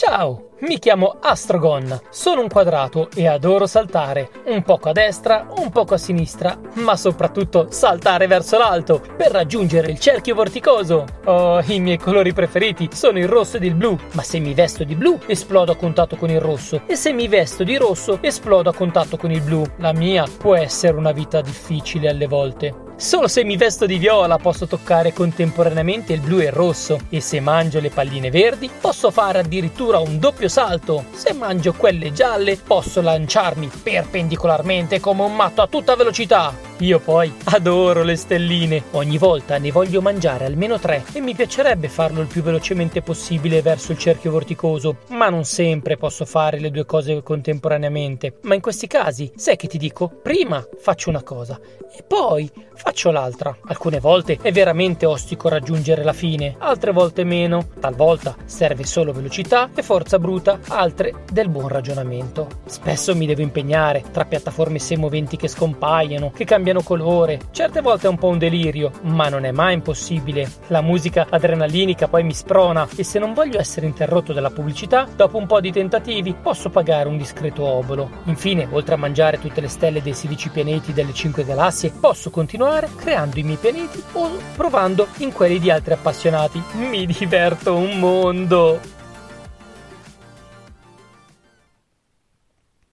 Ciao, mi chiamo Astrogon, sono un quadrato e adoro saltare, un poco a destra, un poco a sinistra, ma soprattutto saltare verso l'alto per raggiungere il cerchio vorticoso. Oh, i miei colori preferiti sono il rosso ed il blu, ma se mi vesto di blu esplodo a contatto con il rosso e se mi vesto di rosso esplodo a contatto con il blu. La mia può essere una vita difficile alle volte. Solo se mi vesto di viola posso toccare contemporaneamente il blu e il rosso e se mangio le palline verdi posso fare addirittura un doppio salto. Se mangio quelle gialle posso lanciarmi perpendicolarmente come un matto a tutta velocità. Io poi adoro le stelline. Ogni volta ne voglio mangiare almeno 3 e mi piacerebbe farlo il più velocemente possibile verso il cerchio vorticoso, ma non sempre posso fare le due cose contemporaneamente. Ma in questi casi, sai che ti dico? Prima faccio una cosa e poi faccio l'altra. Alcune volte è veramente ostico raggiungere la fine, altre volte meno. Talvolta serve solo velocità e forza bruta, altre del buon ragionamento. Spesso mi devo impegnare tra piattaforme semoventi che scompaiono, che cambiano colore. Certe volte è un po' un delirio, ma non è mai impossibile. La musica adrenalinica poi mi sprona e se non voglio essere interrotto dalla pubblicità, dopo un po' di tentativi posso pagare un discreto obolo. Infine, oltre a mangiare tutte le stelle dei 16 pianeti delle 5 galassie, posso continuare creando i miei pianeti o provando in quelli di altri appassionati. Mi diverto un mondo!